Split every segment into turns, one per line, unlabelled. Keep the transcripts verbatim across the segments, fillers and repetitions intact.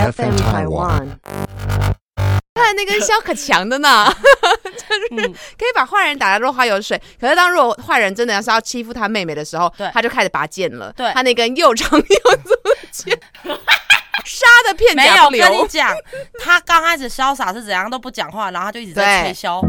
F M Taiwan。
看那根箫可强的呢，就是可以把坏人打得落花有水。可是当如果坏人真的要是要欺负他妹妹的时候，他就开始拔剑了。
对，
他那根又长又粗的剑，杀的片甲不留。
没有跟你讲，他刚开始潇洒是怎样都不讲话，然后他就一直在吹箫。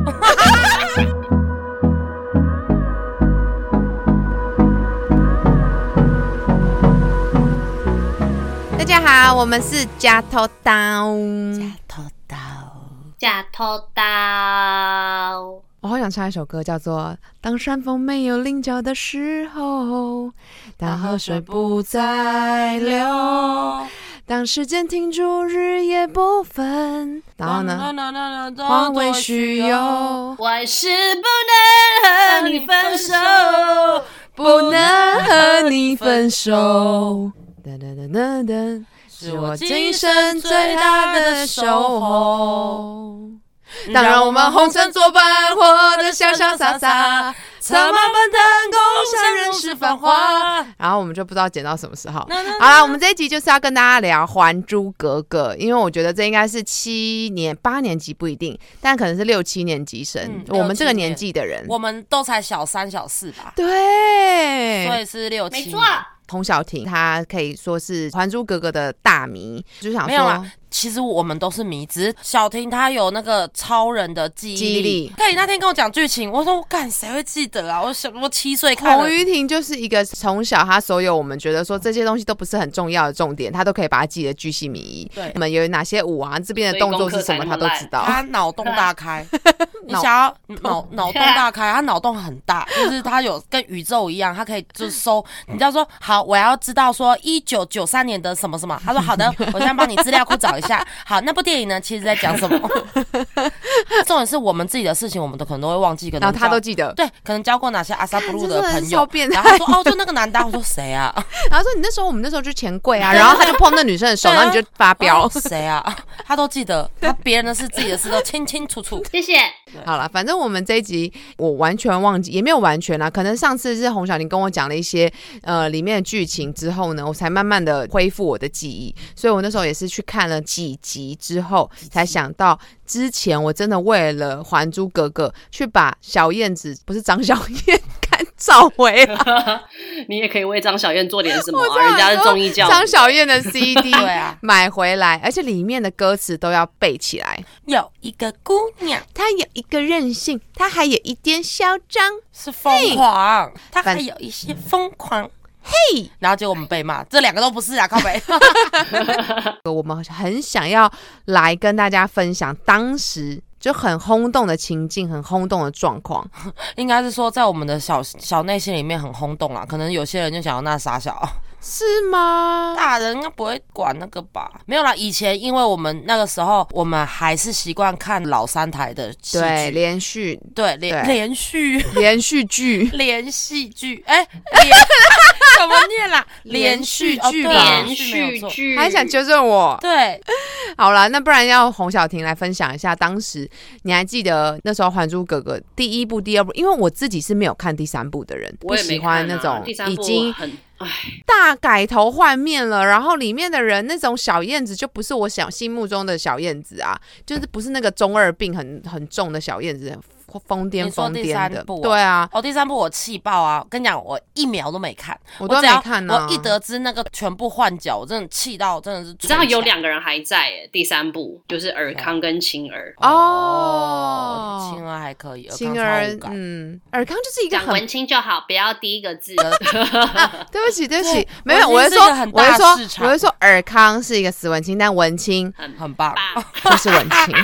大家好，我们是假头刀，
假头刀，
假头刀。
我好想唱一首歌，叫做《当山峰没有棱角的时候》，当河水不再流，当时间停住，日夜不分，然后呢，化为虚有。
我是不能和你分手，
不能和你分手。噔噔噔噔噔，是我今生最大的守候。当让我们红尘作伴，活得潇潇洒洒，策马奔腾，共享人世繁华。然后我们就不知道剪到什么时候。好啦，我们这一集就是要跟大家聊《还珠格格》，因为我觉得这应该是七年、八年级不一定，但可能是六七年级生。嗯、我们这个年纪的人，
我们都才小三、小四吧？
对，
所以是六七。
没错。
洪小婷她可以说是《还珠格格》的大迷，就想说没有啦，
其实我们都是迷，只是小婷她有那个超人的记忆力。记忆力可以那天跟我讲剧情，我说我干谁会记得啊？我小我七岁看了。
洪于婷就是一个从小她所有我们觉得说这些东西都不是很重要的重点，她都可以把它记得巨细靡遗。对，我们有哪些舞啊，这边的动作是什么，她都知道。
她脑洞大开，你想要脑脑洞大开，她脑洞很大，就是她有跟宇宙一样，她可以就收。你知道说好，我要知道说一九九三年的什么什么，她说好的，我现在帮你资料库找一下。好，那部电影呢，其实在讲什么？重点是我们自己的事情，我们都可能都会忘记，可能
然后他都记得，
对，可能交过哪些阿萨布鲁的朋友，
然
后他说哦，就那个男的，我说谁啊？
然后说你那时候我们那时候去钱柜啊，然后他就碰那女生的手，然后你就发飙，
谁啊？他都记得，他别人的事、自己的事都清清楚楚。
谢谢。
好了，反正我们这一集我完全忘记，也没有完全啦，可能上次是洪小玲跟我讲了一些呃里面的剧情之后呢，我才慢慢的恢复我的记忆，所以我那时候也是去看了几集之后，才想到之前我真的为了《还珠格格》去把小燕子不是张小燕看找回来。
你也可以为张小燕做点什么啊？人家是综艺教
张小燕的 C D
对啊，
买回来，而且里面的歌词都要背起来。
有一个姑娘，
她有一个任性，她还有一点嚣张，
是疯狂，她还有一些疯狂。嘿、hey ，然后结果我们被骂，这两个都不是啊，靠北。
我们很想要来跟大家分享当时就很轰动的情境，很轰动的状况。
应该是说，在我们的小小内心里面很轰动啦。可能有些人就想要那傻小。
是吗？
大人应该不会管那个吧？没有啦，以前因为我们那个时候，我们还是习惯看老三台的戏剧，
对，连续，
对连连续
连续剧，
连续剧，哎、欸，怎么念啦？连续剧，
连续剧，
还想纠正我？
对，
好了，那不然要洪小婷来分享一下，当时你还记得那时候《还珠格格》第一部、第二部？因为我自己是没有看第三部的人，
我也没看、啊、
不喜欢那种已经
很。
大改头换面了，然后里面的人那种小燕子就不是我想心目中的小燕子啊，就是不是那个中二病很很重的小燕子，疯癫疯癫的。对啊，
哦，第三部我气爆啊！跟你讲，我一秒都没看，
我都没看呢、啊。
我一得知那个全部换角，我真的气到真的是。
你知道有两个人还在耶，第三部就是尔康跟晴儿。
哦，
晴儿还可以，
晴儿嗯，尔康就是一个很
讲文青就好，不要第一个字。
啊、对不起，对不起，没有，我是说，我是说，我是说，尔康是一个死文青，但文青
很很棒，
就是文青。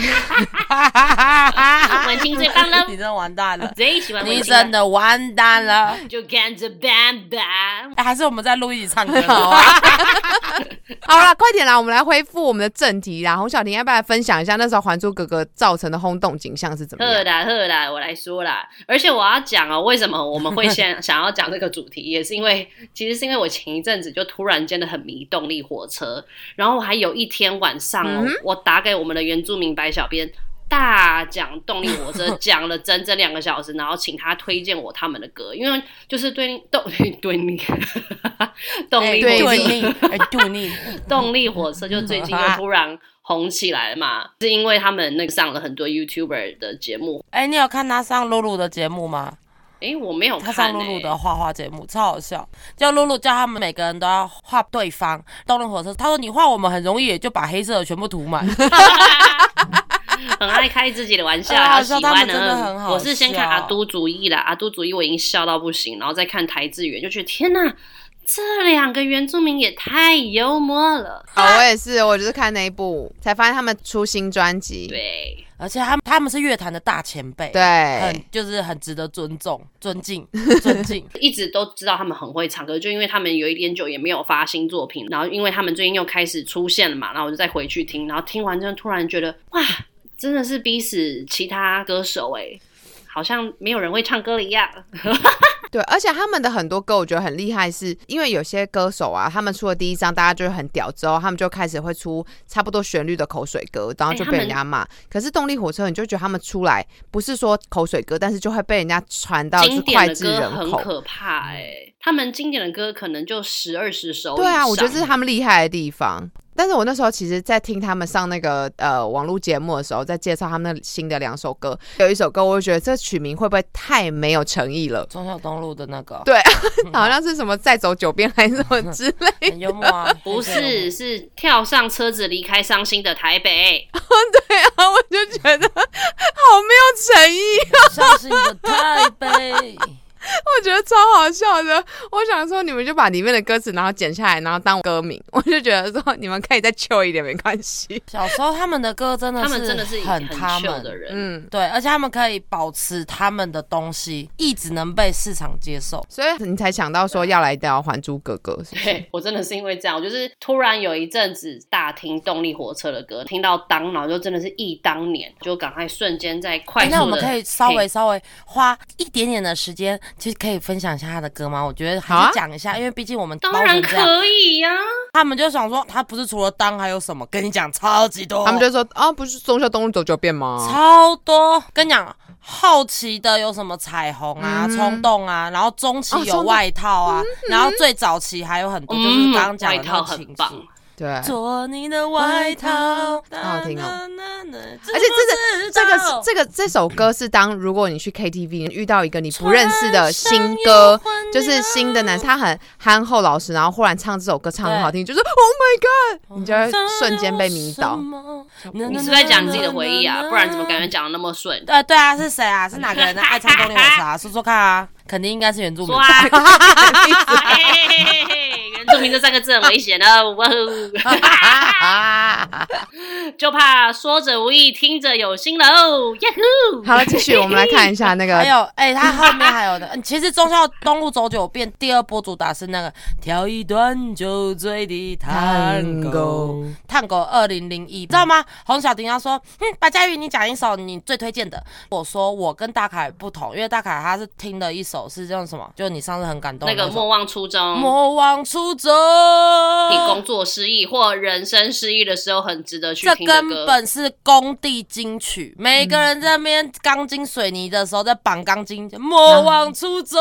文青最棒了。
你真的完蛋了，
最喜欢文青，
你真的完蛋了，
就看着办吧。
欸、还是我们在录一起唱歌
好啊！好啦，快点啦，我们来恢复我们的正题啦。洪小婷要不要来分享一下那时候《还珠格格》造成的轰动景象是怎么样？
呵啦呵啦，我来说啦。而且我要讲哦，为什么我们会先想要讲这个主题，也是因为其实是因为我前一阵子就突然间的很迷动力火车，然后还有一天晚上哦，嗯、我打给我们的原住民白小编。大大讲动力火车，讲了整整两个小时，然后请他推荐我他们的歌，因为就是对动对力动力火车，
哎对力
动力火车就最近又突然红起来了嘛，是因为他们那个上了很多 YouTuber 的节目。
哎，你有看他上露露的节目吗？
哎，我没有看、欸。
他上露露的画画节目超好笑，叫露露叫他们每个人都要画对方。动力火车，他说你画我们很容易，也就把黑色的全部涂满。
很爱开自己的玩笑，
然
后喜欢
呢。
我是先看阿都主义啦，阿都主义我已经笑到不行，然后再看台志远，就觉得天哪，这两个原住民也太幽默了。
哦，我也是，我就是看那一部才发现他们出新专辑。
对。
而且他们他们是乐坛的大前辈，
对，
很就是很值得尊重、尊敬、尊敬。
一直都知道他们很会唱歌，就因为他们有一点久也没有发新作品，然后因为他们最近又开始出现了嘛，然后我就再回去听，然后听完之后突然觉得哇，真的是逼死其他歌手哎、欸，好像没有人会唱歌了一样。
对，而且他们的很多歌我觉得很厉害，是因为有些歌手啊，他们出了第一张大家就很屌之后，他们就开始会出差不多旋律的口水歌，然后就被人家骂、欸、可是动力火车你就觉得他们出来不是说口水歌，但是就会被人家传到是脍炙人口，
经典的歌很可怕哎、欸，他们经典的歌可能就十二十首以上。
对啊，我觉得这是他们厉害的地方。但是我那时候其实在听他们上那个呃网络节目的时候，在介绍他们新的两首歌，有一首歌我就觉得这曲名会不会太没有诚意了，
忠孝东路的那个，
对好像是什么再走九遍还是什么之类的，
很幽默啊。
不是，是跳上车子离开伤心的台北。
对啊，我就觉得好没有诚意啊，
伤心的台北
我觉得超好笑的，我想说你们就把里面的歌词然后剪下来然后当歌名，我就觉得说你们可以再chill一点没关系。
小时候他们的歌真的是
他们真的是
很他们
的人，
嗯，对，而且他们可以保持他们的东西一直能被市场接受，
所以你才想到说要来到还珠格格是不是？
对，我真的是因为这样，我就是突然有一阵子大听动力火车的歌，听到当然后就真的是忆当年，就赶快瞬间在快速的、欸、
那我们可以稍微稍微花一点点的时间其实可以分享一下他的歌吗？我觉得还是讲一下、啊、因为毕竟我们
当然可以呀、啊。
他们就想说他不是除了当还有什么，跟你讲超级多，
他们就说啊，不是忠孝东路走九遍吗？
超多，跟你讲后期的有什么彩虹啊、嗯、冲动啊，然后中期有外套啊、哦嗯、然后最早期还有很多、嗯、就是刚刚讲的那个情绪，
对，
做你的外套，好
好听哦。而且这个这个这个这首歌是当如果你去 K T V 遇到一个你不认识的新歌，就是新的男生，他很憨厚老实，然后忽然唱这首歌唱很好听，就是 Oh my God， 你就会瞬间被迷倒。
你是不是在讲你自己的回忆啊？不然怎么感觉讲的那么顺？
对对啊，是谁啊？是哪个人爱唱动力火车啊？说说看啊。肯定应该是原住民。
原住民这三个字很危险哦，就怕说者无意，听者有心喽。耶呼！
好了，继续，我们来看一下那个。
还有，哎、欸，他后面还有的。其实忠孝东路走九遍第二波主打是那个跳一段酒醉的探戈，探戈二零零一，知道吗？洪小婷要说，嗯，白嘉瑜，你讲一首你最推荐的。我说我跟大凯不同，因为大凯他是听的一首是叫什么？就你上次很感动的
那个莫忘初衷，
莫忘初衷。
你工作失意或人生失意的时候，很值得去听的歌。
这根本是工地金曲，每个人在那边钢筋水泥的时候在绑钢筋，莫忘初衷。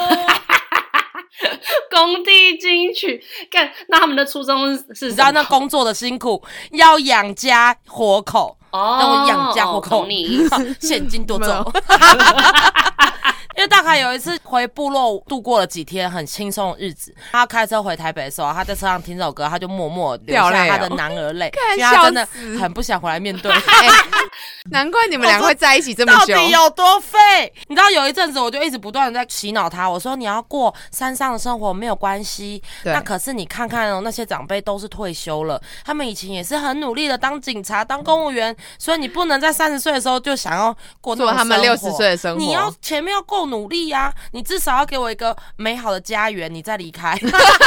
工地金曲，干那他们的初衷是什么？
你知道那工作的辛苦，要养家活口哦，让我养家活口，
你
现金多走。因为大凯有一次回部落度过了几天很轻松的日子，他开车回台北的时候，他在车上听这首歌，他就默默流下他的男儿泪，因为他真的很不想回来面对。欸、
难怪你们两个会在一起这么久，
到底有多废？你知道有一阵子我就一直不断的在洗脑他，我说你要过山上的生活没有关系，那可是你看看哦，那些长辈都是退休了，他们以前也是很努力的当警察、当公务员，所以你不能在三十岁的时候就想要过那种生活，做
他们六十岁的生活，
你要前面要够努力啊，你至少要给我一个美好的家园，你再离开。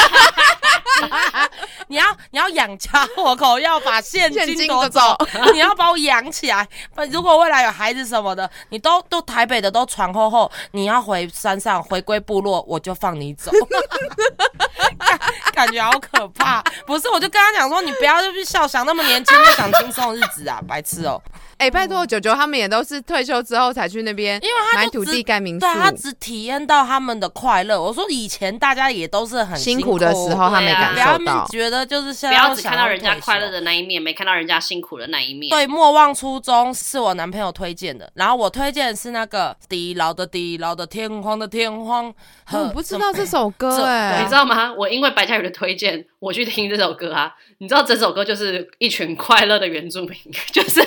你要你要养家活口，要把现金夺走，你要把我养起来。如果未来有孩子什么的，你都都台北的都传后后，你要回山上回归部落，我就放你走。 感觉好可怕。不是，我就跟他讲说，你不要去笑，想那么年轻就想轻松的日子啊，白痴哦、喔。
哎、欸，拜托，九九他们也都是退休之后才去那边，
因为他
买土地盖民宿，
对，他只体验到他们的快乐。我说以前大家也都是很
辛苦的时候，他没感受到，
觉得就是现
在不要只
看
到人家快乐的那一面，没看到人家辛苦的那一面。
对，莫忘初衷是我男朋友推荐的，然后我推荐的是那个地牢的地牢的天荒的天荒。
我不知道这首歌哎、
欸，你知道吗？我因为白嘉宇的推荐，我去听这首歌啊。你知道这首歌就是一群快乐的原住民，就是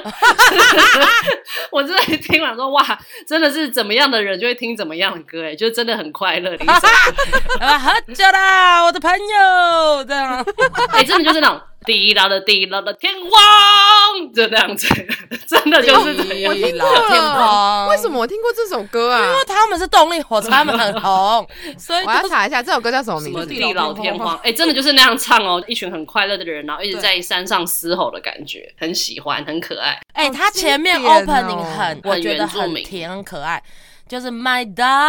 我真的听完说哇，真的是怎么样的人就会听怎么样的歌哎，就真的很快乐的一首歌。
喝酒啦，我的朋友，这样，
哎、欸，真的就是那种。地牢的地牢的天荒，就这样子，真的就是这样。
地牢天荒，
为什么我听过这首歌啊？
因为他们是动力火车，他们很红，所以、就是、
我要查一下这首歌叫什么名字。
地牢天荒，哎、欸，真的就是那样唱哦，一群很快乐的人，然后一直在山上嘶吼的感觉，很喜欢，很可爱。
哎、欸，他前面 opening 很，我觉得很甜，很可爱。就是 My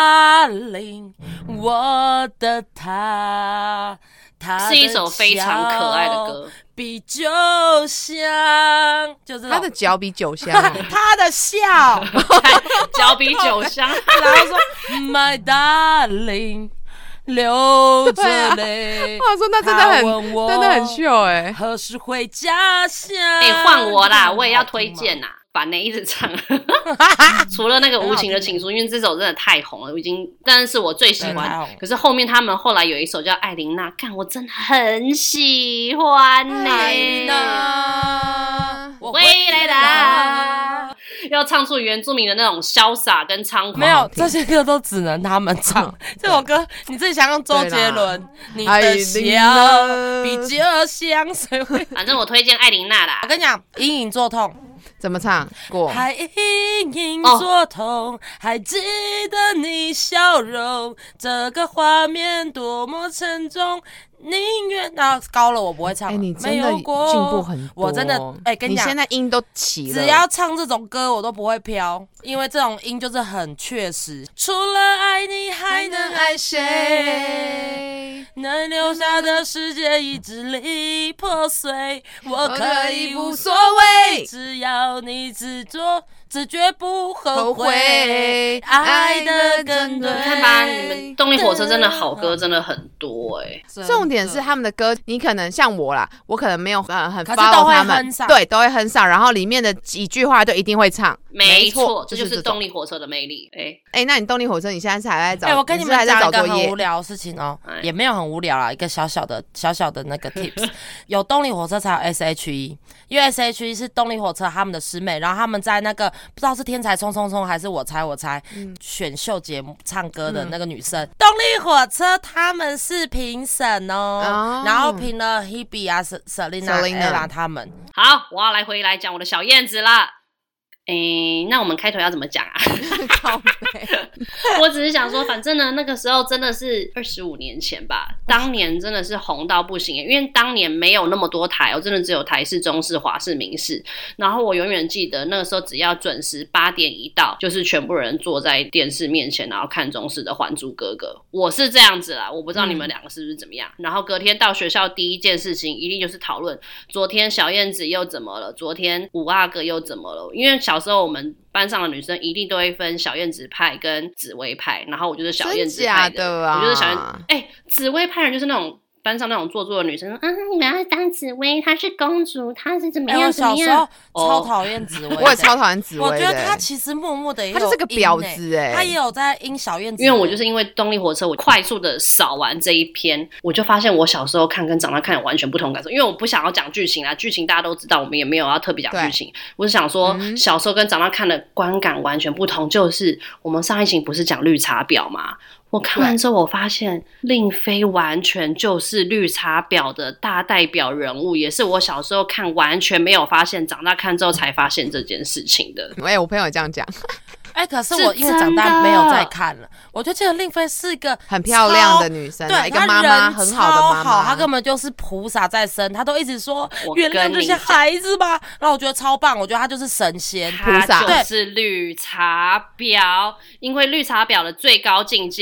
Darling， 我的他，他
是一首非常可爱的歌，
比酒香，就是
他的脚比酒香、哦，
他的笑
脚比酒香，
然后说 My Darling。流着泪，
我说那真的很真的很秀哎、欸，
何时回家乡？
哎、欸，换我啦，我也要推荐呐。把那一直唱，除了那个无情的情书，因为这首真的太红了，已经，但是我最喜欢。可是后面他们后来有一首叫《艾琳娜》，看我真的很喜欢呢、欸。
艾琳娜，
我回来啦，要唱出原住民的那种潇洒跟猖狂。
没有，这些歌都只能他们唱。这首歌你自己想想，周杰伦，你的笑比酒香，谁会？
反正我推荐艾琳娜啦。
我跟你讲，隐隐作痛。
怎么唱过？
还隐隐作痛、哦、还记得你笑容，这个画面多么沉重，宁愿那高了我不会唱了。
哎、欸，你真的进步很多，
我真的哎、欸，跟你讲，
你现在音都齐了，
只要唱这种歌我都不会飘，因为这种音就是很确实。除了爱你还能爱谁？能留下的世界已支离破碎，我可以无所谓，只要你只做。只觉不后悔，爱的更对。
你看吧，你们动力火车真的好歌真的很多哎、
欸。重点是他们的歌，你可能像我啦，我可能没有呃很
follow
他们，对，都会哼上，然后里面的几句话都一定会唱。
没错，这就是动力火车的魅力。哎、欸、
哎、欸，那你动力火车你现在是还在找？
哎、欸，我跟你们讲一个很无聊
的
事情哦、喔，也没有很无聊啦，一个小小的小小的那个 tips， 有动力火车才有 S H E， 因为 S H E 是动力火车他们的师妹，然后他们在那个不知道是天才冲冲冲还是我猜我猜、嗯、选秀节目唱歌的那个女生，嗯、动力火车他们是评审哦，哦然后评了 Hebe 啊 Selina、Ella 他们。
好，我要来回来讲我的小燕子啦。诶，那我们开头要怎么讲啊？我只是想说，反正呢，那个时候真的是二十五年前吧，当年真的是红到不行，因为当年没有那么多台，我真的只有台视、中视、华视、民视。然后我永远记得那个时候，只要准时八点一到，就是全部人坐在电视面前，然后看中视的《还珠格格》。我是这样子啦，我不知道你们两个是不是怎么样。嗯、然后隔天到学校第一件事情，一定就是讨论昨天小燕子又怎么了，昨天五阿哥又怎么了，因为小。有时候我们班上的女生一定都会分小燕子派跟紫薇派，然后我就是小燕子派 的,
的、啊、
我就是小燕子。哎、欸，紫薇派人就是那种班上那种做作的女生，啊，我要当紫薇，她是公主，她是怎么样怎么样。
欸、我小时候超讨厌紫薇，
我也超讨厌紫薇。
我觉得她其实默默的也有，
她就是个婊子哎、欸，
她也有在阴小燕子。
因为我就是因为动力火车，我快速的扫完这一篇，我就发现我小时候看跟长大看有完全不同感受。因为我不想要讲剧情啦，剧情大家都知道，我们也没有要特别讲剧情。我是想说，嗯、小时候跟长大看的观感完全不同。就是我们上一集不是讲绿茶婊吗？我看完之后，我发现令妃完全就是绿茶婊的大代表人物，也是我小时候看完全没有发现，长大看之后才发现这件事情的。
哎、欸，我朋友也这样讲。
哎、欸，可是我因为长大没有再看了，我就记得令妃是一个
很漂亮的女生、啊，
对，
一个妈妈很好的妈妈，
她根本就是菩萨在身，她都一直说原谅这些孩子吧，然后我觉得超棒，我觉得她就是神仙
菩萨，就是绿茶婊，因为绿茶婊的最高境界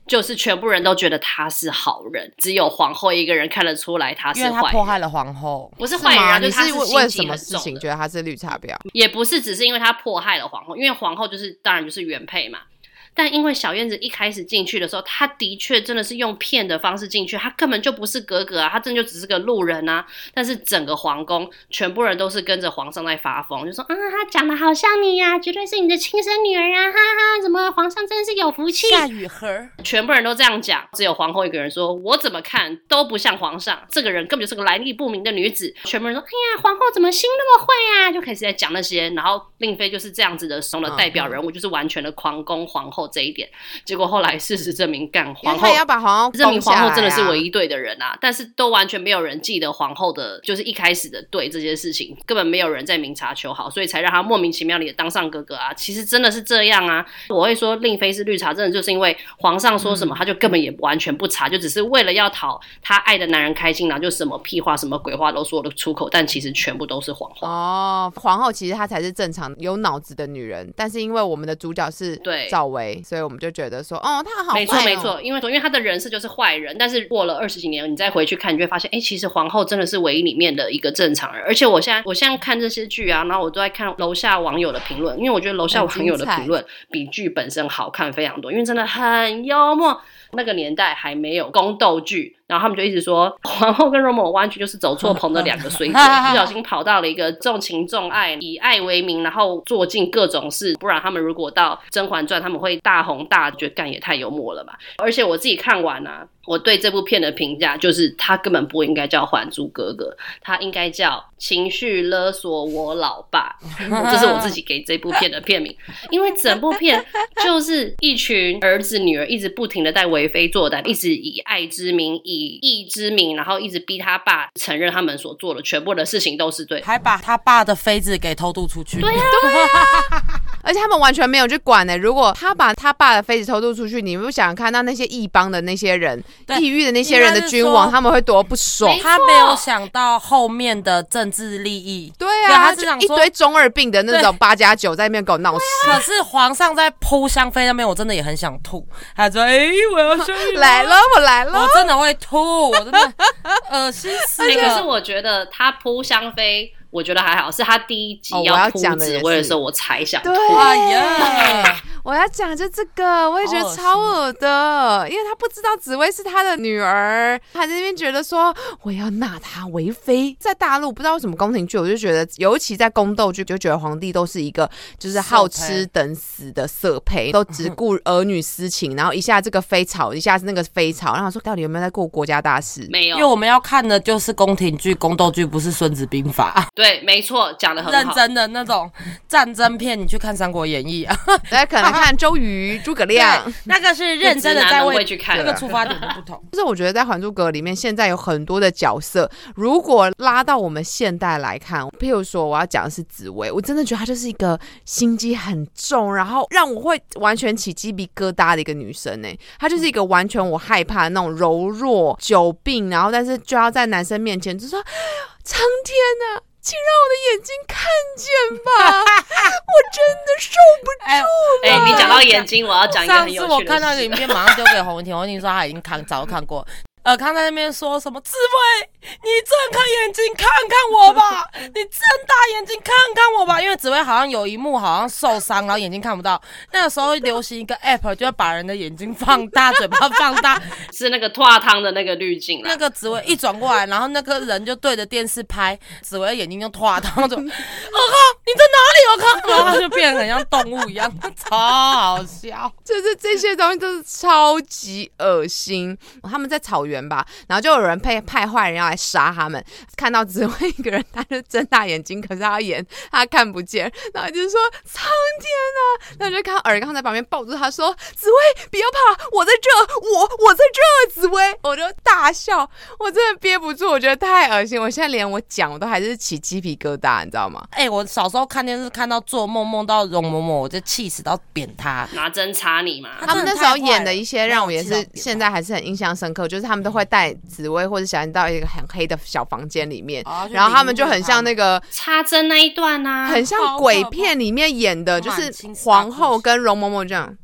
就是全部人都觉得他是好人，只有皇后一个人看得出来他是坏人，
因为他迫害了皇后。
不是坏人啊，
是
就是他是
为
心机
什么
很重的，
事情觉得他是绿茶婊？
也不是只是因为他迫害了皇后，因为皇后就是当然就是原配嘛。但因为小燕子一开始进去的时候，她的确真的是用骗的方式进去，她根本就不是格格啊，她真的就只是个路人啊。但是整个皇宫全部人都是跟着皇上在发疯，就说啊，她长得好像你呀、啊，绝对是你的亲生女儿啊，哈哈，怎么皇上真是有福气？
夏雨荷，
全部人都这样讲，只有皇后一个人说，我怎么看都不像皇上，这个人根本就是个来历不明的女子。全部人说，哎呀，皇后怎么心那么坏啊？就开始在讲那些，然后令妃就是这样子的中的代表人物，就是完全的狂攻皇后这一点。结果后来事实证明，干皇后
他也要把皇后
证明皇后真的是
一。
唯一对的人啊，但是都完全没有人记得皇后的，就是一开始的对这些事情，根本没有人在明察秋毫，所以才让他莫名其妙的当上哥哥啊。其实真的是这样啊，我会说令妃是绿茶，真的就是因为皇上说什么，他就根本也完全不查，就只是为了要讨他爱的男人开心，然后就什么屁话、什么鬼话都说得出口，但其实全部都是谎话。
哦，皇后其实她才是正常有脑子的女人，但是因为我们的主角是赵薇，所以我们就觉得说，哦，她好坏哦。
没错没错，因为因为她的人设就是坏人，但是过了二十几年，你再回去看，你就会发现，哎，其实皇后真的是唯一里面的一个正常人。而且我现在我现在看这些剧啊，然后我都在看楼下网友的评论，因为我觉得楼下网友的评论比剧本身好看非常多，因为真的很幽默。那个年代还没有宫斗剧，然后他们就一直说皇后跟容嬷嬷弯曲就是走错棚的两个水鬼，不小心跑到了一个重情重爱，以爱为名，然后做尽各种事，不然他们如果到甄嬛传他们会大红大觉得干也太幽默了吧。而且我自己看完啊，我对这部片的评价就是他根本不应该叫还珠格格，他应该叫情绪勒索我老爸，这是我自己给这部片的片名。因为整部片就是一群儿子女儿一直不停的在为非作歹，一直以爱之名以义之名，然后一直逼他爸承认他们所做的全部的事情都是对，
还把他爸的妃子给偷渡出去。
对啊，
对啊而且他们完全没有去管呢、欸。如果他把他爸的妃子偷渡出去，你不想看到那些异邦的那些人、异域的那些人的君王，他们会多不爽。
他没有想到后面的政治利益。
对啊，对他就一堆中二病的那种八加九在那边给我闹事。
可是皇上在扑香妃那边，我真的也很想吐。他说：“哎、欸，我要生日
来了，我来了，
我真的会吐，我真的恶心死了。”
可是我觉得他扑香妃。我觉得还好，是他第一集要扑紫薇的时候，我才想吐。
哎呀，我要讲就这个，我也觉得超恶的，因为他不知道紫薇是他的女儿，他在那边觉得说我要纳她为妃。在大陆不知道为什么宫廷剧，我就觉得，尤其在宫斗剧，就觉得皇帝都是一个就是好吃等死的色胚，都只顾儿女私情，然后一下这个妃吵，一下是那个妃吵，然后说到底有没有在过国家大事？
没有，
因为我们要看的就是宫廷剧、宫斗剧，不是《孙子兵法》。
对，没错，讲得很好。
认真的那种战争片，你去看《三国演义》啊，
大家可能看周瑜、诸葛亮，
那个是认真的在为
会去看，
那个出发点就不同。
就是我觉得在《还珠格格》里面，现在有很多的角色，如果拉到我们现代来看，譬如说我要讲的是紫薇，我真的觉得她就是一个心机很重，然后让我会完全起鸡皮疙瘩的一个女生哎，她就是一个完全我害怕的那种柔弱、久病，然后但是就要在男生面前就说苍天啊，请让我的眼睛看见吧，我真的受不住了。
哎、欸欸，你讲到眼睛，我要讲一个很有趣的事。
上次我看到一个影片，马上丢给洪婷，洪婷说她已经看早就看过。尔康在那边说什么？紫薇，你睁开眼睛看看我吧，你睁大眼睛看看我吧。因为紫薇好像有一幕好像受伤，然后眼睛看不到。那个时候流行一个 app， 就会把人的眼睛放大，嘴巴放大，
是那个拓汤的那个滤镜啦。
那个紫薇一转过来，然后那个人就对着电视拍，紫薇的眼睛就拓汤，就我靠，你在哪里？我靠，然后他就变得很像动物一样，超好笑。
就是这些东西都是超级恶心。他们在草原吧，然后就有人派派坏人要来杀他们，看到紫薇一个人，他就睁大眼睛，可是他眼他看不见，然后就说苍天啊，然后就看到尔康在旁边抱住他说紫薇不要怕，我在这，我我在这，紫薇，我就大笑，我真的憋不住，我觉得太恶心，我现在连我讲我都还是起鸡皮疙瘩，你知道吗？
哎、欸，我小时候看电视看到做梦梦到容嬷嬷，我就气死到扁他，
拿针插你嘛。
他们那时候演的一些让我也是现在还是很印象深刻，就是他们都会带紫薇或者小燕到一个很黑的小房间里面、哦、然后他们就很像那个
插针那一段啊，
很像鬼片里面演的，就是皇后跟容嬷嬷这样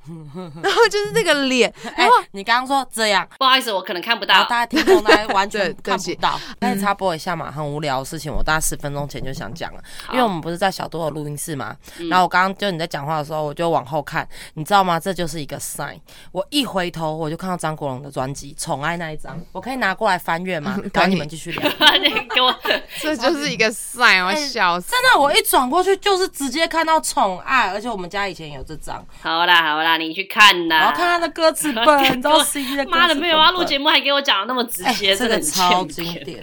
然后就是那个脸，然后、
欸、你刚刚说这样，
不好意思，我可能看不到，
大家听众大家完全看不到。但是插播一下嘛，很无聊的事情，我大概十分钟前就想讲了，因为我们不是在小多的录音室嘛，然后我刚刚就你在讲话的时候，我就往后看，你知道吗？这就是一个 sign。我一回头，我就看到张国荣的专辑《宠爱》那一张，我可以拿过来翻阅吗？赶紧你们继续聊。
你给我，
这就是一个 sign， 我笑死、
欸。真的，我一转过去就是直接看到《宠爱》，而且我们家以前有这张。
好啦好啦，你去看啦。
我要看他的歌词本，你知道 C D 的歌词本。
妈的，没有啊！录节目还给我讲的那么直接，
欸、这个超经典。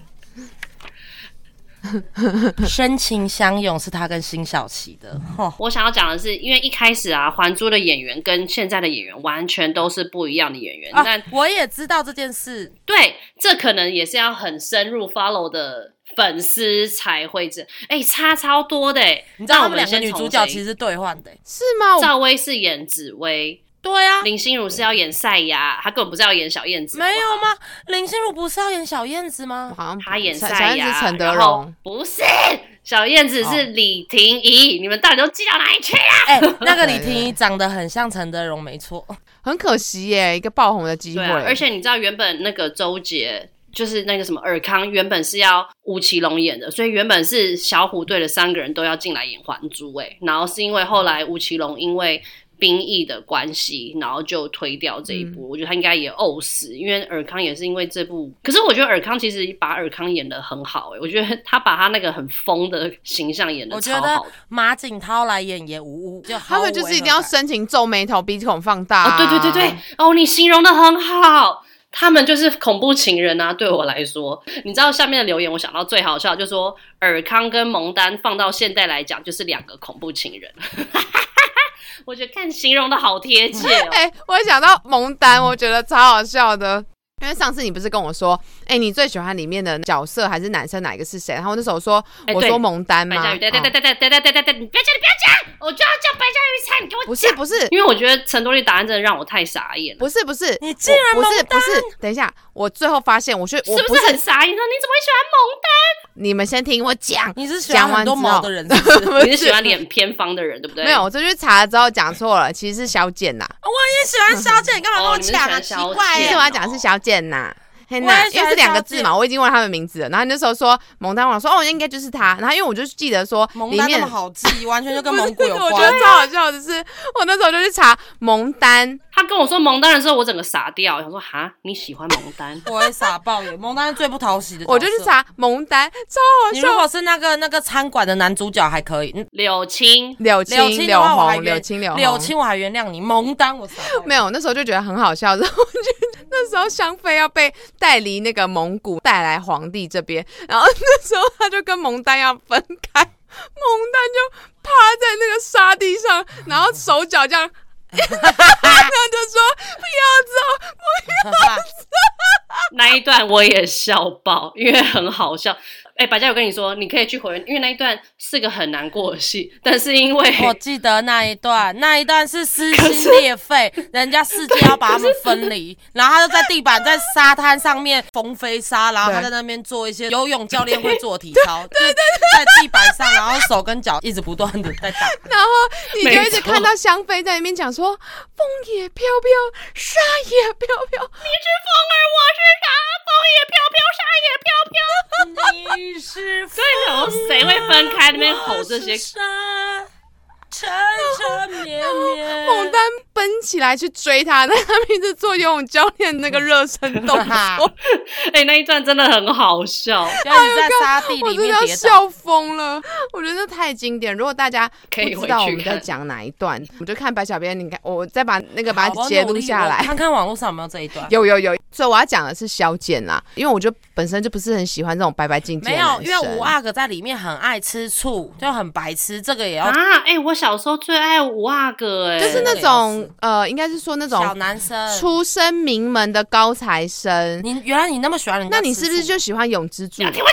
深情相拥是他跟辛晓琪的。
我想要讲的是，因为一开始啊，《还珠》的演员跟现在的演员完全都是不一样的演员。
啊、
但
我也知道这件事。
对，这可能也是要很深入 follow 的粉丝才会这，哎、欸，差超多的哎！
你知道他们两个女主角其实是兑换的，
是吗？
赵薇是演紫薇。
对啊，
林心如是要演赛亚，她根本不是要演小燕子。
没有吗？林心如不是要演小燕子吗？
好像
她演赛亚，
小燕子陈德容，
不是小燕子是李婷宜、哦。你们到底都记到哪里去啊？
哎、欸，那个李婷宜长得很像陈德容，没错。
很可惜耶，一个爆红的机会、
啊。而且你知道，原本那个周杰就是那个什么尔康，原本是要吴奇隆演的，所以原本是小虎队的三个人都要进来演还珠，哎，然后是因为后来吴奇隆因为兵役的关系，然后就推掉这一部、嗯、我觉得他应该也呕死，因为尔康也是因为这部，可是我觉得尔康其实把尔康演得很好、欸、我觉得他把他那个很疯的形象演得超好的。
我觉得马景涛来演也无误，就
他们就是一定要深情皱眉头鼻孔放大、啊
哦、对对对对哦，你形容得很好，他们就是恐怖情人啊！对我来说，你知道下面的留言，我想到最好笑，就说尔康跟蒙丹放到现在来讲，就是两个恐怖情人。我觉得看形容的好贴切哦。
哎、欸，我想到蒙丹，我觉得超好笑的。因为上次你不是跟我说，哎、欸，你最喜欢里面的角色还是男生哪一个是谁？然后那时候我说，欸、我说蒙丹吗？
白嘉宇，对对对对对对对对对，你不要讲，你不要讲，我就要叫白嘉宇猜，你给我讲。
不是不是，
因为我觉得陈多利答案真的让我太傻眼了。
不是不是，
你竟然
不是不是，等一下，我最后发现，我觉得我
是不是很傻眼呢？你怎么会喜欢蒙丹？
你们先听我讲，
你是喜欢很多毛的人是不是？
你是喜欢脸偏方的人，对不对？
没有，我这去查了之后讲错了，其实是萧剑呐。
我也喜欢萧剑，你干嘛跟我抢啊？奇怪，
其实我要讲的是萧剑呐。因为是两个字嘛，我已经问他们名字了。然后那时候说蒙丹，我说哦，应该就是他。然后因为我就记得说
蒙丹那么好记，完全就跟蒙古有关。
我觉得超好笑的是，我那时候就去查蒙丹。
他跟我说蒙丹的时候，我整个傻掉，我想说哈，你喜欢蒙丹？
我会傻爆耶！蒙丹是最不讨喜的角色。
我就去查蒙丹，超好笑。
你如果是那个那个餐馆的男主角还可以，
柳青、
柳青、柳红、柳青、柳红、
柳青我还原谅你。蒙丹我傻爆。
没有，那时候就觉得很好笑。然后我觉得那时候香妃要被带离那个蒙古带来皇帝这边，然后那时候他就跟蒙丹要分开，蒙丹就趴在那个沙地上，然后手脚这样然后就说不要走不要走
那一段我也笑爆，因为很好笑。哎、欸，白嘉，我跟你说，你可以去回，因为那一段是个很难过的戏，但是因为
我记得那一段，那一段是撕心裂肺，人家世界要把他们分离，然后他就在地板在沙滩上面缝飞沙，然后他在那边做一些游泳教练会做体操，对对对，在地板上，然后手跟脚一直不断的在打，
然后你就一直看到香妃在那边讲说，风也飘飘，沙也飘飘，
你是风儿，我是沙，风也飘飘，沙也飘飘。
你是
所以然后谁会分开那边吼这些？
缠缠绵绵，
蒙丹奔起来去追他，但他们一直做游泳教练那个热身动作。哎
欸，那一段真的很好笑，
就一直在沙地里面跌倒，
我真的要笑疯了。我觉得太经典，如果大家不知道我们在讲哪一段，我们就看白小编，你看我再把那个把它截录下来，
看看网络上有没有这一段。
有有有，所以我要讲的是萧剑啦，因为我就本身就不是很喜欢这种白白净净的男生。
没有，因为五阿哥在里面很爱吃醋，就很白痴，这个也要
啊。哎、欸，我小时候最爱五阿哥，哎，
就是那种呃，应该是说那种
小男生，
出身名门的高材生。
你原来你那么喜欢人家，
那你是不是就喜欢永之助？
要听我讲话。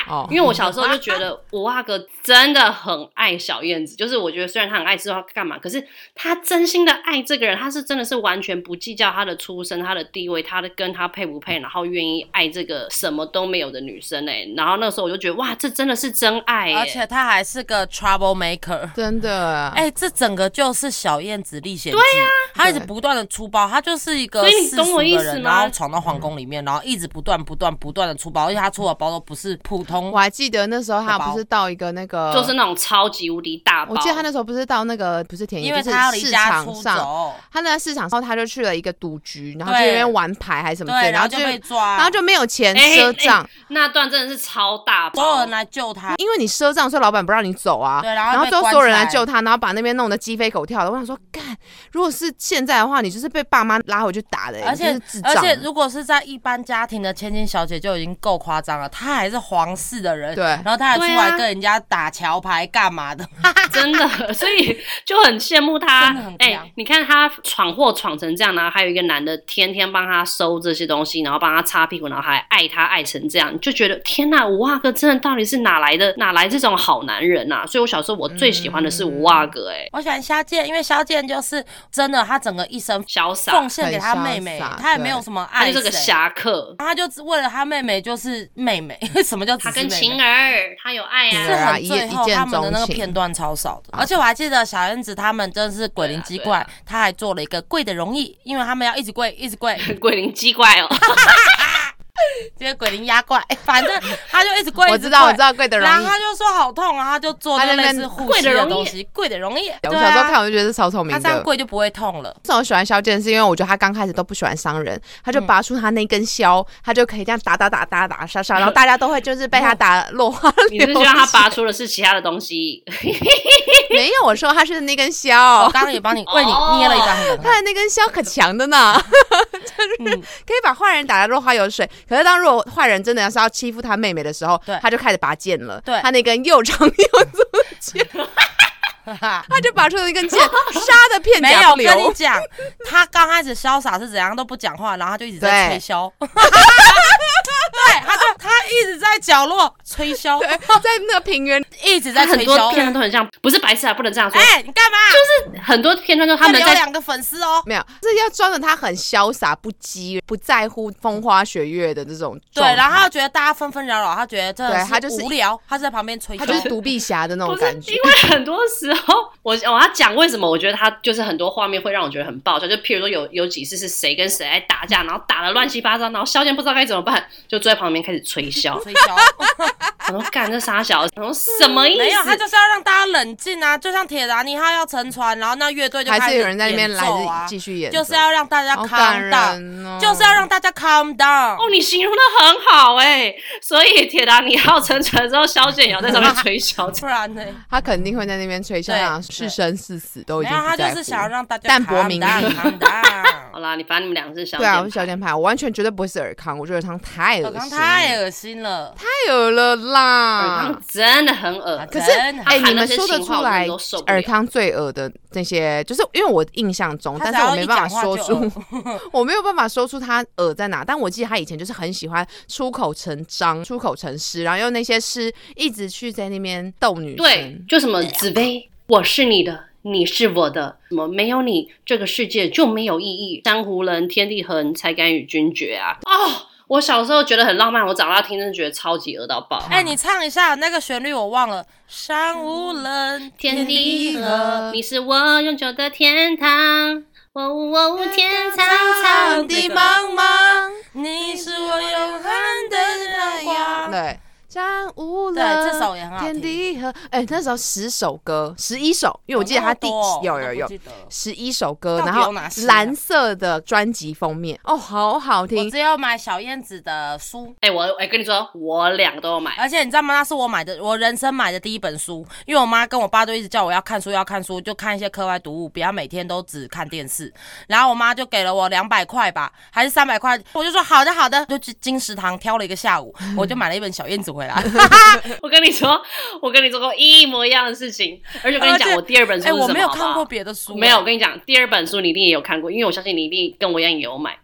哦，
因为我小时候就觉得五阿哥真的很爱小燕子，就是我觉得虽然他很爱知道他干嘛，可是他真心的爱这个人，他是真的是完全不计较他的出身、他的地位、他的跟他配不配，然后愿意爱这个什么都没有的女生哎、欸。然后那时候我就觉得哇，这真的是真爱、欸，
而且他还是个 trouble maker，
真的。
哎、欸，这整个就是小燕子历险记。对呀、啊，他一直不断的出包，他就是一个世俗的人，然后闯到皇宫里面，然后一直不断不断不断的出包，而且他出的包都不是普通。
我还记得那时候他不是到一个那个，
就是那种超级无敌大包。
我记得他那时候不是到那个不是田野，
因为他要离家出走，
他那个市场上他就去了一个赌局，然后去那边玩牌还是什么之类，
然后就被抓，
然后就没有钱赊账、欸欸。
那段真的是超大包，
所有人来救他，
因为你赊账，所以老板不让你走啊。
对，然后
然后最后所有人来救他，然后把那边弄得鸡飞狗跳的。我想说，干，如果是现在的话，你就是被爸妈拉回去打的、欸，
而且
就是智障。
而且如果是在一般家庭的千金小姐就已经够夸张了，他还是皇室的人，
对，
然后他还出来跟人家打桥牌干嘛的，
真的，所以就很羡慕他。
真的很
哎、欸，你看他闯祸闯成这样，然后还有一个男的天天帮他收这些东西，然后帮他擦屁股，然后还爱他爱成这样，你就觉得天哪，五阿哥真的到底是哪来的哪来这种好男人啊？所以我小时候我最喜欢的是五阿哥、欸，哎、嗯，
我喜欢萧剑，因为萧剑就是真的，他整个一生
潇洒，
奉献给他妹妹，他也没有什么爱，
他就是个侠客，
他就为了他妹妹就是妹妹，什么叫
他跟晴儿，他有爱啊，
是很最后他们的那个片段超少的，而且我还记得小燕子他们真是鬼灵精怪，他还做了一个跪的容易，因为他们要一直跪一直跪，
鬼灵精怪哦。
这个鬼灵压怪，反正他就一直跪，
我知道，我知道跪的容易。
然后他就说好痛啊，他就做那类似护膝的东西，跪的容易。
我小时候看我就觉得聪明的，
他这样跪就不会痛了。
为什么我喜欢萧剑？是因为我觉得他刚开始都不喜欢伤人，他就拔出他那根箫，他就可以这样打打打打打杀杀，然后大家都会就是被他打落花流水。
你是希望他拔出的是其他的东西？
没有，我说他是那根箫。
我刚刚也帮你为你捏了一把，
他的那根箫可强的呢，就是可以把坏人打得落花流水。可是当如果坏人真的要是要欺负他妹妹的时候，他就开始拔剑了。
对，
他那根又长又粗的剑。他就拔出了一根剑，杀的片甲不留。
没有，跟你讲，他刚开始潇洒是怎样都不讲话，然后他就一直在吹箫。对，他就他一直在角落吹箫，
在那个平原
一直在吹箫。
很多片段都很像，不是白痴啊，不能这样说。
哎、欸，你干嘛？
就是很多片段都他们在
有两个粉丝哦，
没有，是要装的他很潇洒、不羁、不在乎风花雪月的这种。
对，然后他就觉得大家纷纷扰扰，他觉得真的
他就是
无聊，他是在旁边吹箫，
他就是独臂侠的那种感觉。
因为很多时候，我我要讲为什么我觉得他就是很多画面会让我觉得很爆笑，就譬如说有有几次是谁跟谁在打架，然后打得乱七八糟，然后萧剑不知道该怎么办，就坐在旁边开始吹箫，
吹箫。
我说干这傻小子，我说什么意思？
没有，他就是要让大家冷静啊，就像铁达尼号要沉船，然后那乐队就开始、啊、
还是有人在那边来继续演，
就是要让大家 calm down，、
哦、
就是要让大家 calm down。
哦，你形容的很好哎、欸，所以铁达尼号沉船之后，萧剑也要在上面吹箫，
不然呢？
他肯定会在那边吹箫，是生是死都已经不在乎。
没有，他就是想要让大家
淡泊名利。
好啦，你反正你们两个是萧剑，
对啊，我是萧剑派，我完全绝对不会是尔康，我觉得尔康太恶心了，
尔康太恶心了，
太恶了啦，
尔康真的很恶。
可是哎、欸，你们说得出来尔康最恶的那些，就是因为我印象中，但是我没办法说出，我没有办法说出他恶在哪。但我记得他以前就是很喜欢出口成章、出口成诗，然后用那些诗一直去在那边逗女生。
对，就什么紫薇，我是你的。你是我的，什么没有你，这个世界就没有意义。山湖人，天地合，才敢与君绝啊！哦，我小时候觉得很浪漫，我长大听真的觉得超级恶到爆。
哎、欸，你唱一下那个旋律，我忘了。山无人，
天地合，你是我永久的天堂。哦哦，天苍苍，
地茫茫，你是我永恒的阳光。
对。山无人，
对，这首也很好听。
天地合，哎、欸，那时候十首歌，十一首，因为我记得他第有有有十一首歌，然后蓝色的专辑封面，哦，好好听。
我只有买小燕子的书，
哎、欸，我哎、欸、跟你说，我两个都有买，
而且你知道吗？那是我买的，我人生买的第一本书，因为我妈跟我爸都一直叫我要看书，要看书，就看一些课外读物，不要每天都只看电视。然后我妈就给了我两百块吧，还是三百块，我就说好的好的，就去金石堂挑了一个下午，我就买了一本小燕子回来。
我跟你说，我跟你做过一模一样的事情，而且我跟你讲，我第二本书是什么？
哎、欸，我没有看过别的书。
没有，我跟你讲，第二本书你一定也有看过，因为我相信你一定跟我一样也有买。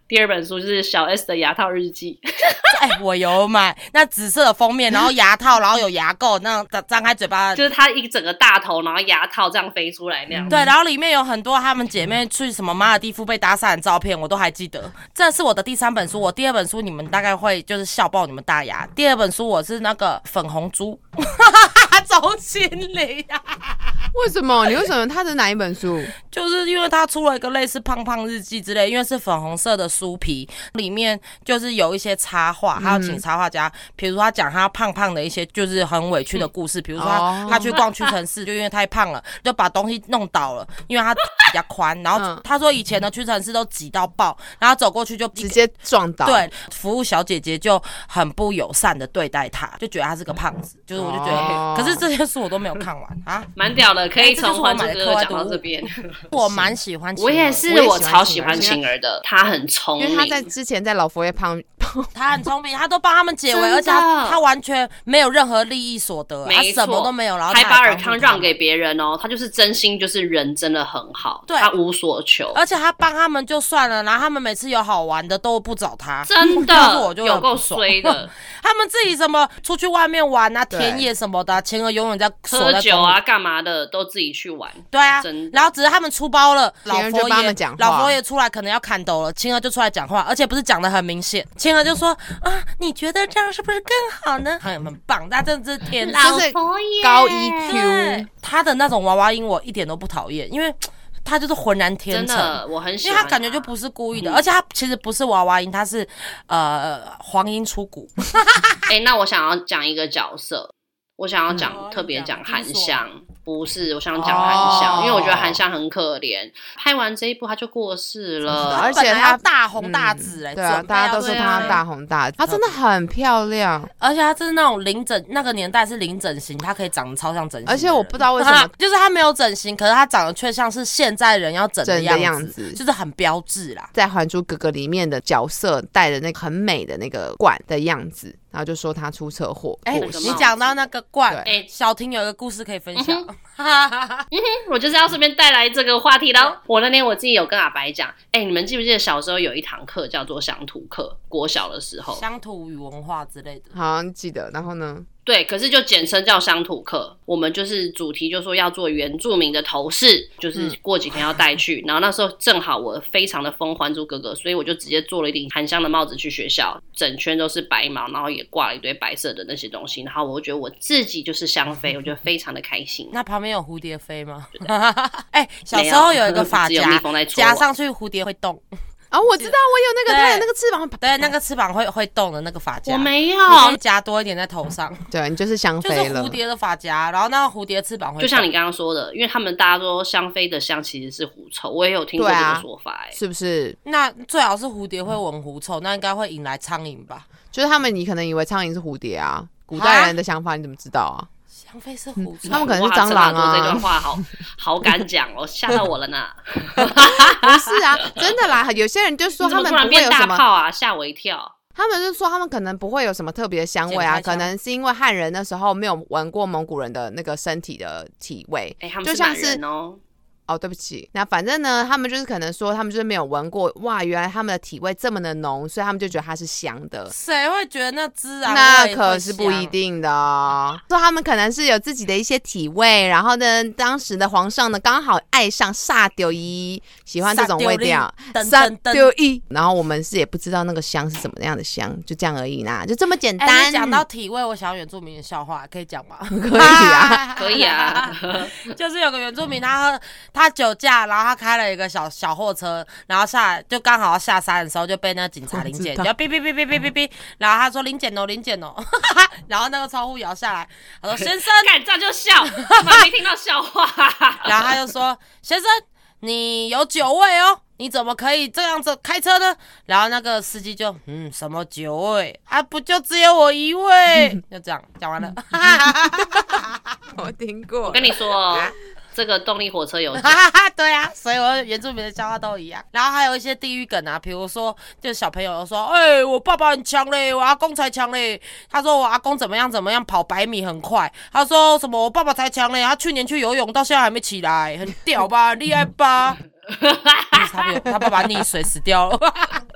第二本书就是小 S 的牙套日记。
哎、欸，我有买那紫色的封面，然后牙套，然后有牙垢，那样张开嘴巴，
就是它一整个大头，然后牙套这样飞出来那样。
对，然后里面有很多她们姐妹去什么马尔地夫被搭讪的照片，我都还记得。这是我的第三本书，我第二本书你们大概会就是笑爆你们大牙。第二本书我是那个粉红猪，周心凌。
为什么？你为什么？他是哪一本书？
就是因为他出了一个类似胖胖日记之类，因为是粉红色的书皮，里面就是有一些插画，还有请插画家，比如说他讲他胖胖的一些就是很委屈的故事，比如说他、哦、他去逛屈臣氏，就因为太胖了，就把东西弄倒了，因为他比较宽，然后他说以前的屈臣氏都挤到爆，然后走过去就
直接撞倒，
对，服务小姐姐就很不友善的对待他，就觉得他是个胖子，就是我就觉得，哦、可是这些书我都没有看完啊，
蛮屌的，可以从《还珠格格》讲到这边。
我蛮喜欢，
我也是，我超喜欢晴儿的，他很聪明，
因为他在之前在老佛爷旁，
他很聪明，他都帮他们解围，而且 他, 他完全没有任何利益所得，他什么都没有，然后
还把尔康让给别人哦，他就是真心，就是人真的很好，对，他无所求，
而且他帮他们就算了，然后他们每次有好玩的都不找他，
真的，我就有够衰的。
他们自己什么出去外面玩啊，田野什么的，晴儿永远在
喝酒啊，干嘛的都自己去玩。
对啊，然后只是他们出包了，老佛爷
讲
老佛爷出来可能要砍头了，晴儿就出来讲话，而且不是讲得很明显，晴儿就说啊，你觉得这样是不是更好呢？很很棒，他真的是天
老佛爷
高 E Q，
他的那种娃娃音我一点都不讨厌，因为他就是浑然天成，真
的我很喜欢他，
因为他感觉就不是故意的，嗯、而且他其实不是娃娃音，他是呃黄莺出谷。
哎、欸，那我想要讲一个角色，我想要讲、嗯、特别讲韩香。不是，我想讲韩香、哦，因为我觉得韩香很可怜。拍完这一部他就过世了，
而且他
大红大紫来、嗯，
对啊，大家都说他大红大紫，他真的很漂亮，
而且他就是那种零整，那个年代是零整形，他可以长得超像整形。
而且我不知道为什么，
就是他没有整形，可是他长得却像是现在人要整的样子，
样子
就是很标致啦。
在《还珠格格》里面的角色戴的那个很美的那个冠的样子。然后就说他出车祸。哎、
欸，你讲到那个冠，哎、欸，小婷有一个故事可以分享。嗯
嗯、我就是要顺便带来这个话题喽。我那天我自己有跟阿白讲，哎、欸，你们记不记得小时候有一堂课叫做乡土课？国小的时候，
乡土与文化之类的，
好像记得。然后呢？
对，可是就简称叫乡土课。我们就是主题就说要做原住民的头饰，就是过几天要带去。嗯、然后那时候正好我非常的疯《还珠格格》，所以我就直接做了一顶韩香的帽子去学校，整圈都是白毛，然后也挂了一堆白色的那些东西。然后我觉得我自己就是香妃，我觉得非常的开心。
那旁边有蝴蝶飞吗？哎、欸，小时候有一个发夹，夹上去蝴蝶会动。
哦，我知道，我有那个，它有那个翅膀，
对，那个翅膀会会动的那个发夹，
我没有，
你可以夹多一点在头上，
对你就是香妃了，
就是蝴蝶的发夹，然后那个蝴蝶翅膀会动，
就像你刚刚说的，因为他们大家说香妃的香其实是狐臭，我也有听过这个说法、欸，哎、啊，
是不是？
那最好是蝴蝶会闻狐臭，那应该会引来苍蝇吧？
就是他们，你可能以为苍蝇是蝴蝶啊，古代人的想法你怎么知道啊？
香妃是狐臭、
嗯，他们可能是蟑螂啊！
这段话好好敢讲哦，吓到我了呢。
不是啊，真的啦，有些人就说他们不会有什么
炮啊，吓我一跳。
他们就说他们可能不会有什么特别的香味啊，可能是因为汉人那时候没有闻过蒙古人的那个身体的体味，
欸、他们是满人哦。
哦，对不起，那反正呢，他们就是可能说，他们就是没有闻过，哇，原来他们的体味这么的浓，所以他们就觉得它是香的。
谁会觉得那孜然味？
那可是不一定的哦。说他们可能是有自己的一些体味，然后呢，当时的皇上呢刚好爱上萨丢伊，喜欢这种味道，萨丢伊。然后我们是也不知道那个香是怎么样的香，就这样而已啦，就这么简单。
欸、讲到体味，我想要原住民的笑话，可以讲吗？
可以啊，
可以啊。
就是有个原住民，他喝。他酒驾，然后他开了一个小小货车，然后下来就刚好要下山的时候就被那个警察临检，就哔哔哔哔哔哔哔，然后他说临检哦临检哦，然后那个窗户摇下来，他说先生，
干这样就笑，我没听到笑话，
然后他就说先生你有酒味哦。你怎么可以这样子开车呢？然后那个司机就嗯什么酒味啊，不就只有我一位，就这样讲完了。
我听过，
我跟你说哦。这个动力火车有
对啊，所以我原住民的笑话都一样。然后还有一些地域梗啊，比如说，就小朋友说：“哎、欸，我爸爸很强嘞，我阿公才强嘞。”他说：“我阿公怎么样怎么样，跑百米很快。”他说：“什么？我爸爸才强嘞，他去年去游泳，到现在还没起来，很屌吧，厉害吧？”他他爸爸溺水死掉了，就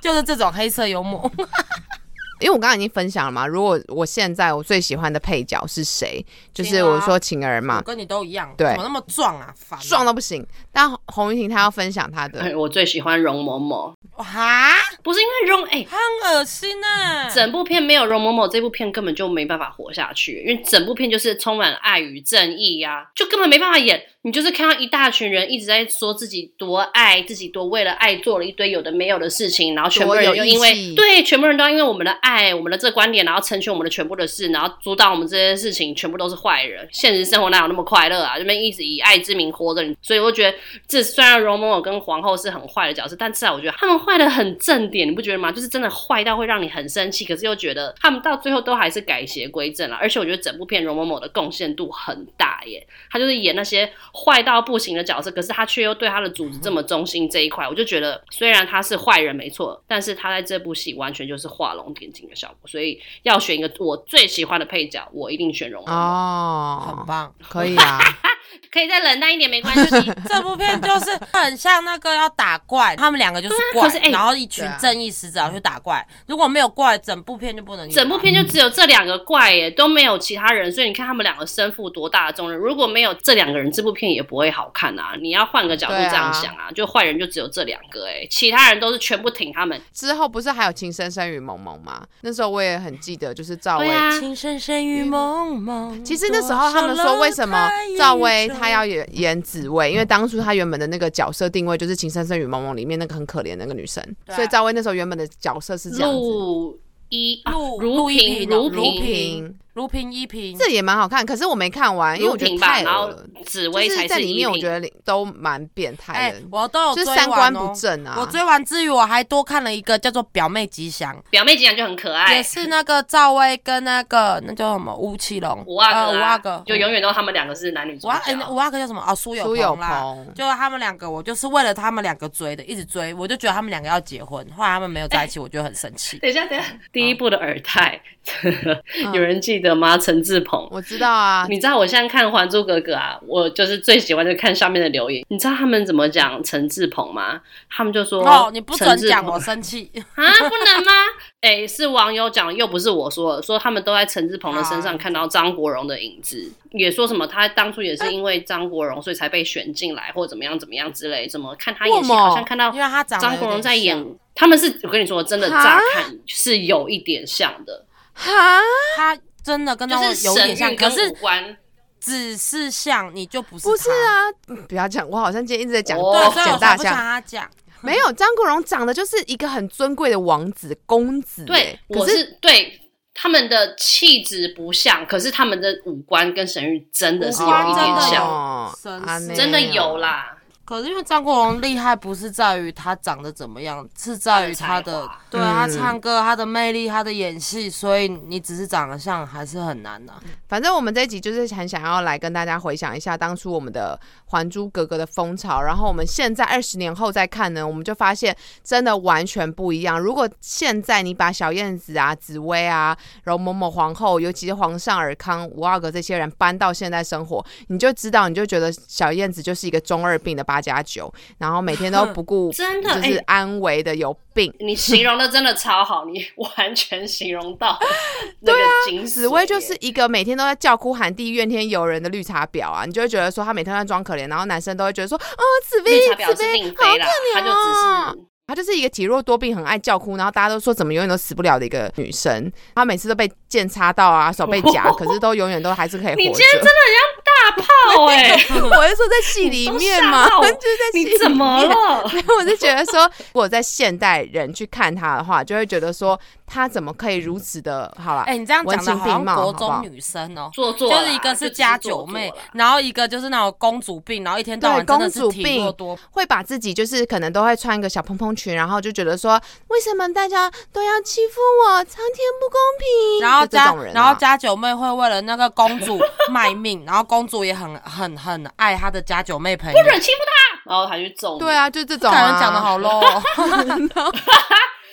就是这种黑色幽默。
因为我刚刚已经分享了嘛，如果我现在我最喜欢的配角是谁，就是我说晴儿嘛，
我跟你都一样，
对，
怎么那么壮啊，烦啊，
壮到不行。但洪玉婷她要分享她的，
我最喜欢容嬷嬷。
哈，
不是因为容，哎、欸，
很恶心哎、
欸！整部片没有容嬷嬷，这部片根本就没办法活下去，因为整部片就是充满爱与正义呀、啊，就根本没办法演。你就是看到一大群人一直在说自己多爱，自己多为了爱做了一堆有的没有的事情，然后全部人就因为对，全部人都要因为我们的爱，我们的这个观点，然后成全我们的全部的事，然后主导我们这些事情，全部都是坏人。现实生活哪有那么快乐啊？这边一直以爱之名活着，所以我觉得这虽然容嬷嬷跟皇后是很坏的角色，但至少我觉得他们坏的很正点，你不觉得吗？就是真的坏到会让你很生气，可是又觉得他们到最后都还是改邪归正了。而且我觉得整部片容嬷嬷的贡献度很大耶，她就是演那些坏到不行的角色，可是他却又对他的主子这么忠心，这一块我就觉得虽然他是坏人没错，但是他在这部戏完全就是画龙点睛的效果，所以要选一个我最喜欢的配角，我一定选容嬷嬷。
哦，
很棒，
可以啊。
可以再冷淡一点没关系。
这部片就是很像那个要打怪，他们两个就是怪，啊欸、然后一群正义使者要去打怪。如果没有怪，整部片就不能演。
整部片就只有这两个怪耶，都没有其他人，所以你看他们两个身负多大的重任。如果没有这两个人，这部片也不会好看啊。你要换个角度这样想啊，啊就坏人就只有这两个哎，其他人都是全部挺他们。
之后不是还有情深深雨蒙蒙吗？那时候我也很记得，就是赵薇、
啊、情深深雨蒙蒙。
其实那时候他们说为什么赵薇她要演演紫薇，因为当初她原本的那个角色定位就是《情深深雨蒙蒙》里面那个很可怜的那个女生，所以赵薇那时候原本的角色是这样子。
陆一
陆
如萍如萍
如萍依萍，
这也蛮好看，可是我没看完，因为我觉得太恶了。
紫薇才是
在里面，我觉得都蛮变态的、
欸。我都有追完、哦、
就是三观不正啊。
我追完之余，我还多看了一个叫做《表妹吉祥》，
表妹吉祥就很可爱，
也是那个赵薇跟那个那叫什么吴奇隆、
五阿哥、啊，
五阿哥，
就永远都他们两个是男女主角。
五、欸、阿哥叫什么？哦，苏有朋啦，就他们兩個，我就是为了他们两个追的，一直追，我就觉得他们两个要结婚，后来他们没有在一起，欸、我就很生气。
等一下，等一下，第一部的尔泰，嗯、有人记得吗？陈志朋。
我知道啊，
你知道我现在看《还珠格格》啊，我就是最喜欢就看上面的留言。你知道他们怎么讲陈志朋吗？他们就说
哦，你不准讲，我生气
啊，不能吗？哎、欸，是网友讲，又不是我说的，说他们都在陈志朋的身上看到张国荣的影子，也说什么他当初也是因为张国荣所以才被选进来，或怎么样怎么样之类，怎么看他演戏好像看到张国荣在演，他们是我跟你说真的乍看是有一点像的，
哈，
他。真的跟他有点像，
可
是只是像你就不是他。
不是啊，不要讲，我好像今天一直在讲
对，所以我才不想他讲。
没有，张国荣长得就是一个很尊贵的王子公子、欸。
对，我是对他们的气质不像，可是他们的五官跟沈玉真的是有一点像，
哦、
真的有啦。
可是因为张国荣厉害不是在于他长得怎么样，是在于他的，他对、嗯、他唱歌、他的魅力、他的演戏，所以你只是长得像还是很难啊。
反正我们这一集就是很想要来跟大家回想一下当初我们的《还珠格格》的风潮，然后我们现在二十年后再看呢，我们就发现真的完全不一样。如果现在你把小燕子啊、紫薇啊、容嬷嬷皇后，尤其是皇上、尔康、五阿哥这些人搬到现在生活，你就知道，你就觉得小燕子就是一个中二病的八加九，然后每天都不顾
真的
就是安危的有病。
你形容的真的超好，你完全形容到那个精髓。
紫薇就是一个每天都在叫哭喊地怨天尤人的绿茶婊啊，你就会觉得说她每天在装可怜，然后男生都会觉得说哦紫薇紫薇好可怜哦。她就是一个体弱多病很爱叫哭，然后大家都说怎么永远都死不了的一个女生。她每次都被剑插到啊，手被夹，可是都永远都还是可以活着。
你今天真的很像大炮哎、欸！
我是说在戏里面嘛，就是在戏里面。
你怎么了？
我是觉得说，如果在现代人去看她的话，就会觉得说她怎么可以如此的好啦。
哎、欸，你这样讲的好像国中女生哦、喔，
做作
就是一个是家九妹，然后一个就是那种公主病，然后一天到晚真的是体弱多病，
会把自己就是可能都会穿一个小蓬蓬裙，然后就觉得说为什么大家都要欺负我，苍天不公平。
然后家、
啊、
然后家九妹会为了那个公主卖命，然后公主也很很很爱她的家九妹朋友，
不准欺负她，然后还去揍你。
对啊，就这种、啊。
感觉讲的好 low 哦。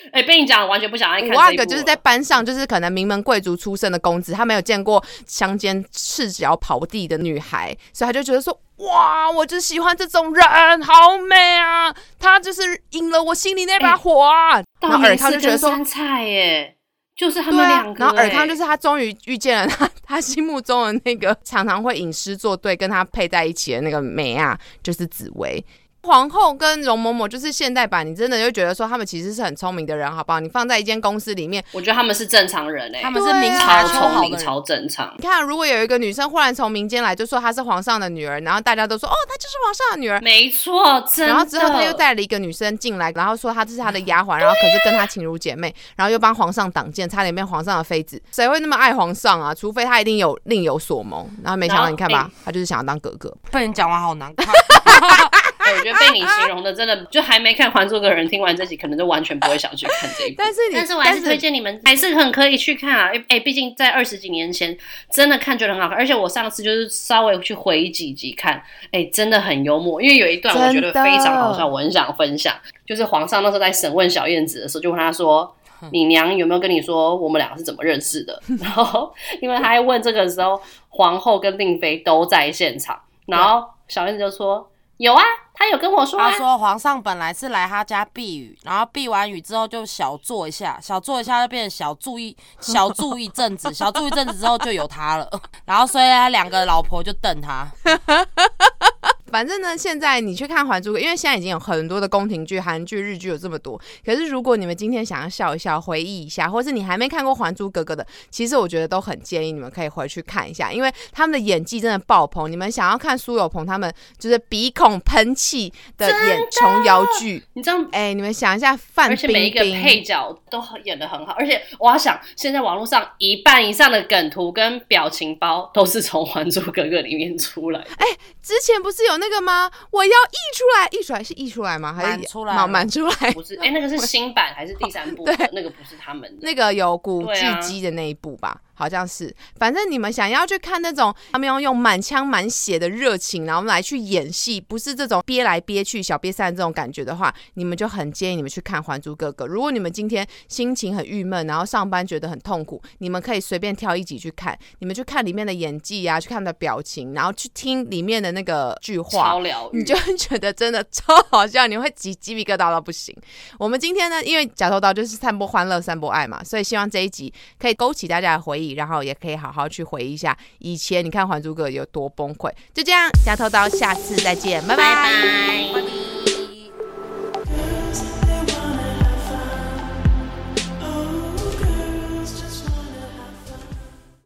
哎、欸，被你讲了，完全不想爱看这一部。
五阿哥就是在班上，就是可能名门贵族出身的公子，他没有见过乡间赤脚跑地的女孩，所以他就觉得说，哇，我就喜欢这种人，好美啊！他就是引了我心里那把火啊。欸、然后尔康就觉得说，
山菜耶，就是他们两个、欸啊。
然后尔康就是他终于遇见了他他心目中的那个常常会吟诗作对，跟他配在一起的那个美啊，就是紫薇。皇后跟容嬷嬷就是现代版，你真的就觉得说他们其实是很聪明的人，好不好？你放在一间公司里面，
我觉得他们是正常人哎、欸，
他们是明
超聪明、超正常。
你看，如果有一个女生忽然从民间来，就说她是皇上的女儿，然后大家都说哦，她就是皇上的女儿，
没错，真的。
然后之后他又带了一个女生进来，然后说她是她的丫鬟，然后可是跟她情如姐妹，然后又帮皇上挡箭，差点变皇上的妃子。谁会那么爱皇上啊？除非他一定有另有所谋。然后没想到，你看吧，他就是想要当哥哥。
被你讲完好难看。
欸、我觉得被你形容的真的，就还没看《还珠格格》的人听完这集，可能就完全不会想去看这一部。
但是你，
但是我还是推荐你们，还是很可以去看啊！哎、欸，毕竟在二十几年前，真的看觉得很好看。而且我上次就是稍微去回几集看，哎、欸，真的很幽默。因为有一段我觉得非常好笑，我很想分享。就是皇上那时候在审问小燕子的时候，就问他说：“你娘有没有跟你说我们两个是怎么认识的？”然后，因为他在问这个的时候，皇后跟令妃都在现场，然后小燕子就说。有啊，他有跟我说、啊。
他说皇上本来是来他家避雨，然后避完雨之后就小坐一下，小坐一下就变成小住一小住一阵子，小住一阵子之后就有他了。然后所以他两个老婆就瞪他。
反正呢，现在你去看《还珠格格》，因为现在已经有很多的宫廷剧、韩剧、日剧有这么多。可是如果你们今天想要笑一笑、回忆一下，或是你还没看过《还珠格格》的，其实我觉得都很建议你们可以回去看一下，因为他们的演技真的爆棚。你们想要看苏有朋他们就是鼻孔喷气的演琼瑶剧，
你知道？
哎、欸，你们想一下，范冰冰，
而且每一个配角都演得很好。而且我要想，现在网络上一半以上的梗图跟表情包都是从《还珠格格》里面出来的。
哎、欸，之前不是有那个吗？我要溢出来，溢出来是溢出来吗？还是
满出来？
满出来？
不是，哎、欸，那个是新版还是第三部？对，那个不是他们的，
那个有古巨基的那一部吧。好像是，反正你们想要去看那种他们要用满腔满血的热情，然后来去演戏，不是这种憋来憋去小憋散这种感觉的话，你们就很建议你们去看《还珠格格》。如果你们今天心情很郁闷，然后上班觉得很痛苦，你们可以随便挑一集去看，你们去看里面的演技啊，去看他们的表情，然后去听里面的那个句话，
超疗愈，
你就会觉得真的超好笑，你会鸡鸡皮疙瘩到不行。我们今天呢，因为假头刀就是散播欢乐、散播爱嘛，所以希望这一集可以勾起大家的回忆，然后也可以好好去回忆一下以前你看《还珠格格》有多崩溃。就这样，假头刀，下次再见，拜拜。
拜拜。